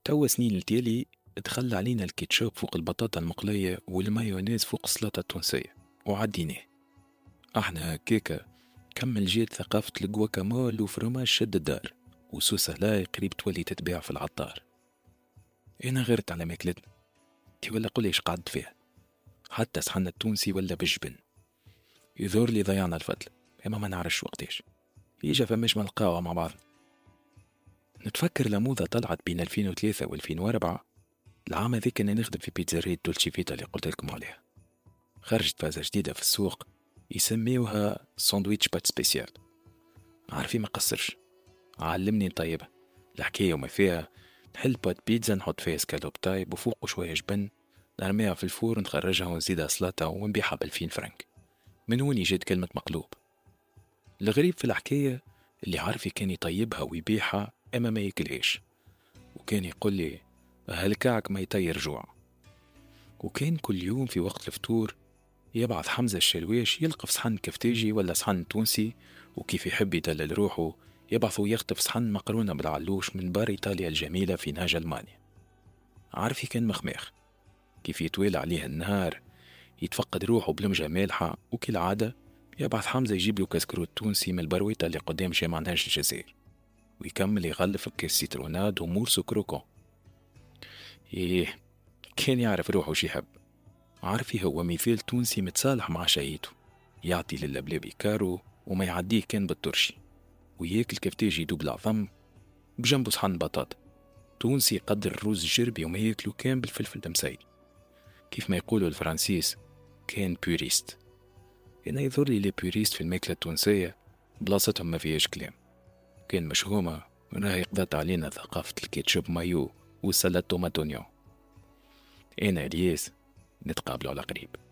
توا سنين التالي دخل علينا الكيتشوب فوق البطاطا المقلية والمايونيز فوق السلطة التونسية وعديناه. احنا هكاكا كمل جيت ثقافة الجواكامول وفرماج شد الدار وسوسة لا قريب تولي تتباع في العطار. انا غيرت على ماكلتنا تي ولا قولي ايش قعدت فيها، حتى صحنا التونسي ولا بالجبن. يظهر لي ضيعنا الفضل، اما ما نعرفش وقتاش يجا فماش ما نلقاوها مع بعض. نتفكر لموضة طلعت بين 2003 و 2004. العام هذيك كنا نخدم في بيتزارية دولتشي فيتا اللي قلت لكم عليها. خرجت فازة جديدة في السوق يسميوها ساندويتش بات سبيسيال. عارفين ما قصرش، علمني نطيبها. الحكاية وما فيها نحل بات بيتزا نحط فيها سكالوب طايب وفوقه شوية جبن، نرميها في الفور نخرجها ونزيدها سلطة ونبيعها ب2000 فرنك. من وين جات كلمة مقلوب؟ الغريب في الحكاية اللي عارفي كان يطيبها ويبيعها اما ما ياكلهاش، وكان يقول لي هالكعك ما يطير جوع. وكان كل يوم في وقت الفطور يبعث حمزة الشلواش يلقف صحن كفتاجي ولا صحن تونسي، وكيف يحب يدلل روحه يبعث ويخطف صحن مقرونة بالعلوش من بار إيطاليا الجميلة في نهاج ألمانيا. عارفي كان مخماخ كيف يتوالى عليه النهار يتفقد روحه بلمجة مالحة، وكالعادة يبعث حمزة يجيب له كاسكروت تونسي من البرويطة اللي قدام جامع نهاج الجزائر، ويكمل يغلف بكاس سيتروناد ومورسو كروكون. إيه كان يعرف روحه شي يحب. عارفي هو مثال تونسي متصالح مع شهيته، يعطي للبلابي كارو وما يعديه كان بالترشي، وياكل كفتاجي دوب العظم بجنبه صحن بطاطا. تونسي يقدر الرز الجربي وما ياكلو كان بالفلفل المسيل. كيف ما يقولوا الفرنسيس كان بوريست. هنا يظهر لي لي بوريست في الماكلة التونسية بلاصتهم ما فيهاش كلام. كان مشهومة راهي قضت علينا ثقافة الكيتشوب مايو والسلطة توماتونيو. أنا الياس، نتقابلوا على قريب.